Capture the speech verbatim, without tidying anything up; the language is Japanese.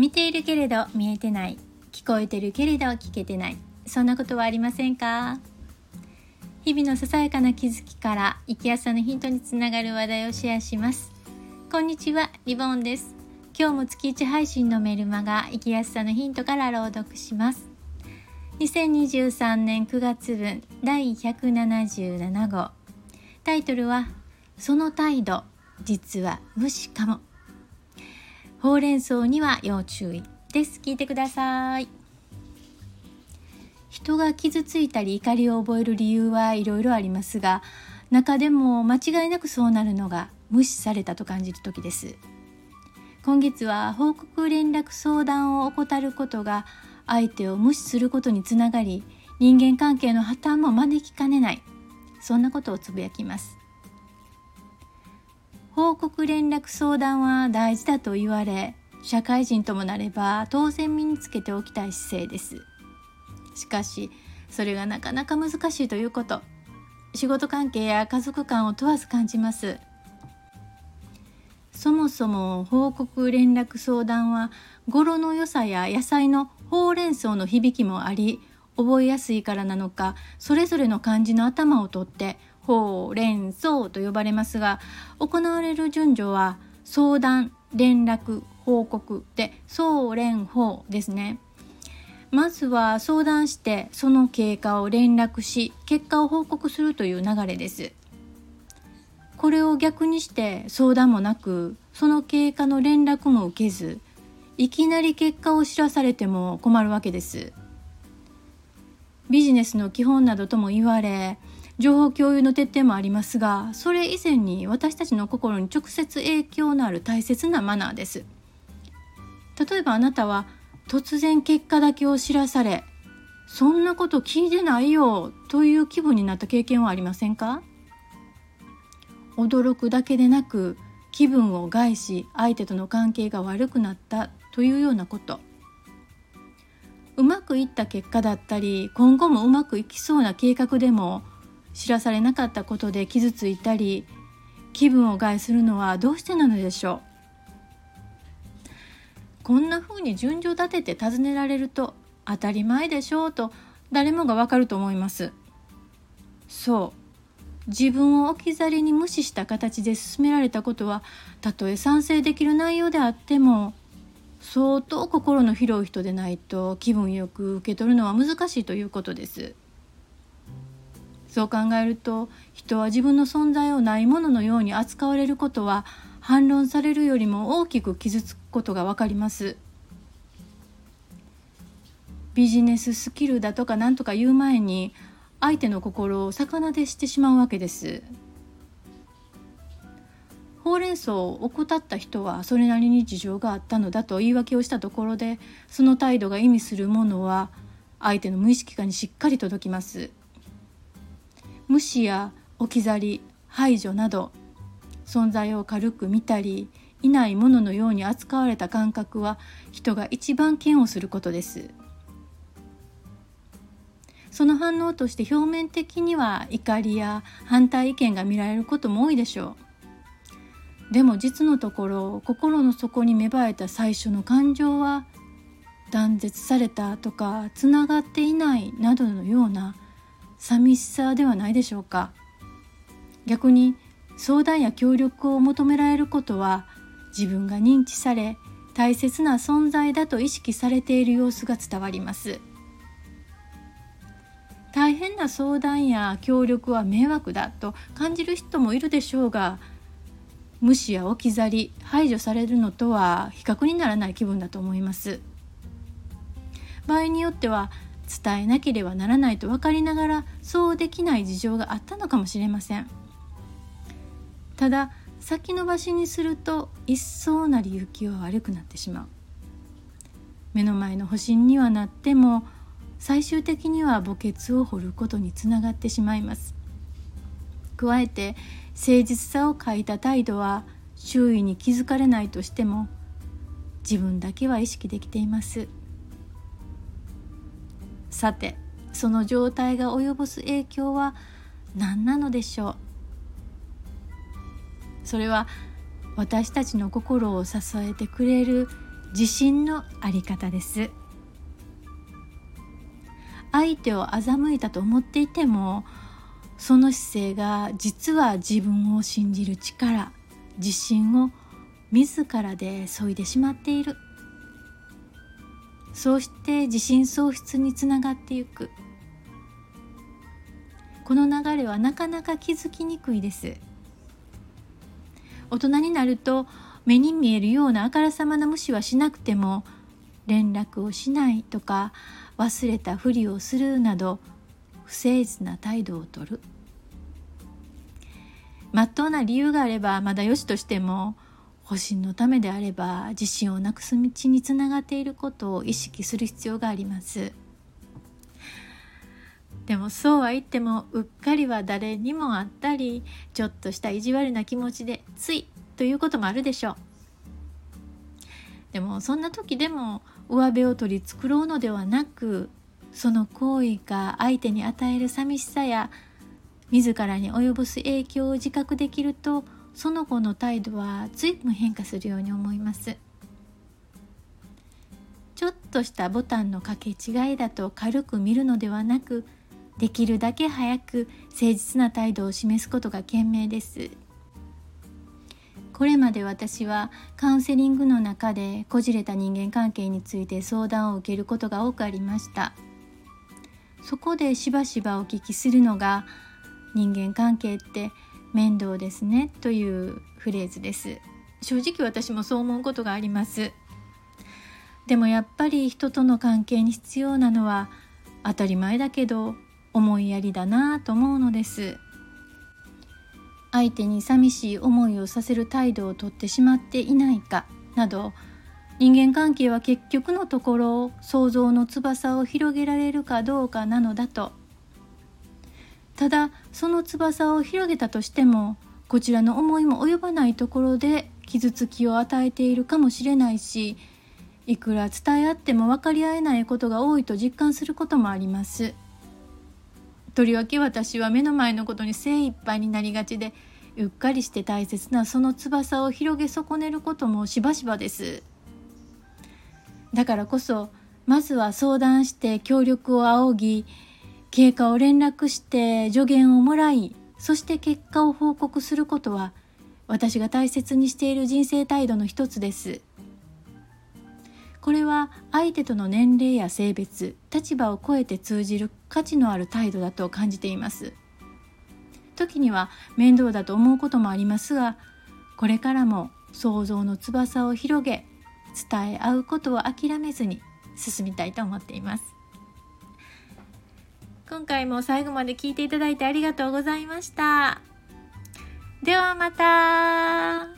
見ているけれど見えてない、聞こえてるけれど聞けてない、そんなことはありませんか？日々のささやかな気づきから生きやすさのヒントにつながる話題をシェアします。こんにちは、リボンです。今日も月いち配信のメルマガ生きやすさのヒントから朗読します。にせんにじゅうさんねんくがつぶんだいひゃくななじゅうななごう、タイトルはその態度実は無視かも。ほうれん草には要注意です。聞いてください。人が傷ついたり怒りを覚える理由はいろいろありますが、中でも間違いなくそうなるのが無視されたと感じる時です。今月は報告連絡相談を怠ることが相手を無視することにつながり、人間関係の破綻も招きかねない、そんなことをつぶやきます。報告連絡相談は大事だと言われ、社会人ともなれば当然身につけておきたい姿勢です。しかしそれがなかなか難しいということ、仕事関係や家族間を問わず感じます。そもそも報告連絡相談は語呂の良さや野菜のほうれん草の響きもあり、覚えやすいからなのか、それぞれの漢字の頭を取ってほうれん草と呼ばれますが、行われる順序は相談、連絡、報告で相連報ですね。まずは相談してその経過を連絡し、結果を報告するという流れです。これを逆にして相談もなく、その経過の連絡も受けず、いきなり結果を知らされても困るわけです。ビジネスの基本などとも言われ、情報共有の徹底もありますが、それ以前に私たちの心に直接影響のある大切なマナーです。例えばあなたは突然結果だけを知らされ、そんなこと聞いてないよという気分になった経験はありませんか？驚くだけでなく、気分を害し相手との関係が悪くなったというようなこと。うまくいった結果だったり、今後もうまくいきそうな計画でも知らされなかったことで傷ついたり、気分を害するのはどうしてなのでしょう。こんな風に順序立てて尋ねられると、当たり前でしょうと誰もがわかると思います。そう、自分を置き去りに無視した形で進められたことは、たとえ賛成できる内容であっても、相当心の広い人でないと気分よく受け取るのは難しいということです。そう考えると、人は自分の存在をないもののように扱われることは、反論されるよりも大きく傷つくことがわかります。ビジネススキルだとかなんとか言う前に、相手の心を逆なでしてしまうわけです。ほうれん草を怠った人はそれなりに事情があったのだと言い訳をしたところで、その態度が意味するものは相手の無意識化にしっかり届きます。無視や置き去り、排除など、存在を軽く見たり、いないもののように扱われた感覚は、人が一番嫌悪することです。その反応として表面的には怒りや反対意見が見られることも多いでしょう。でも実のところ、心の底に芽生えた最初の感情は、断絶されたとかつながっていないなどのような寂しさではないでしょうか。逆に相談や協力を求められることは、自分が認知され大切な存在だと意識されている様子が伝わります。大変な相談や協力は迷惑だと感じる人もいるでしょうが、無視や置き去り、排除されるのとは比較にならない気分だと思います。場合によっては伝えなければならないと分かりながら、そうできない事情があったのかもしれません。ただ先延ばしにすると、一層なり行きは悪くなってしまう。目の前の保身にはなっても、最終的には墓穴を掘ることにつながってしまいます。加えて誠実さを欠いた態度は、周囲に気づかれないとしても自分だけは意識できています。さて、その状態が及ぼす影響は何なのでしょう。それは私たちの心を支えてくれる自信のあり方です。相手を欺いたと思っていても、その姿勢が実は自分を信じる力、自信を自らで削いでしまっている。そうして自信喪失につながっていく。この流れはなかなか気づきにくいです。大人になると目に見えるようなあからさまな無視はしなくても、連絡をしないとか忘れたふりをするなど不誠実な態度をとる。まっとうな理由があればまだよしとしても、保身のためであれば自信をなくす道につながっていることを意識する必要があります。でもそうは言っても、うっかりは誰にもあったり、ちょっとした意地悪な気持ちでついということもあるでしょう。でもそんな時でも上辺を取り繕うのではなく、その行為が相手に与える寂しさや自らに及ぼす影響を自覚できると、その子の態度は随分変化するように思います。ちょっとしたボタンの掛け違いだと軽く見るのではなく、できるだけ早く誠実な態度を示すことが賢明です。これまで私はカウンセリングの中でこじれた人間関係について相談を受けることが多くありました。そこでしばしばお聞きするのが、人間関係って面倒ですねというフレーズです。正直私もそう思うことがあります。でもやっぱり人との関係に必要なのは当たり前だけど思いやりだなと思うのです。相手に寂しい思いをさせる態度をとってしまっていないかなど、人間関係は結局のところ想像の翼を広げられるかどうかなのだと。ただその翼を広げたとしても、こちらの思いも及ばないところで傷つきを与えているかもしれないし、いくら伝え合っても分かり合えないことが多いと実感することもあります。とりわけ私は目の前のことに精一杯になりがちで、うっかりして大切なその翼を広げ損ねることもしばしばです。だからこそ、まずは相談して協力を仰ぎ、経過を連絡して助言をもらい、そして結果を報告することは、私が大切にしている人生態度の一つです。これは相手との年齢や性別、立場を超えて通じる価値のある態度だと感じています。時には面倒だと思うこともありますが、これからも想像の翼を広げ、伝え合うことを諦めずに進みたいと思っています。今回も最後まで聞いていただいてありがとうございました。ではまた。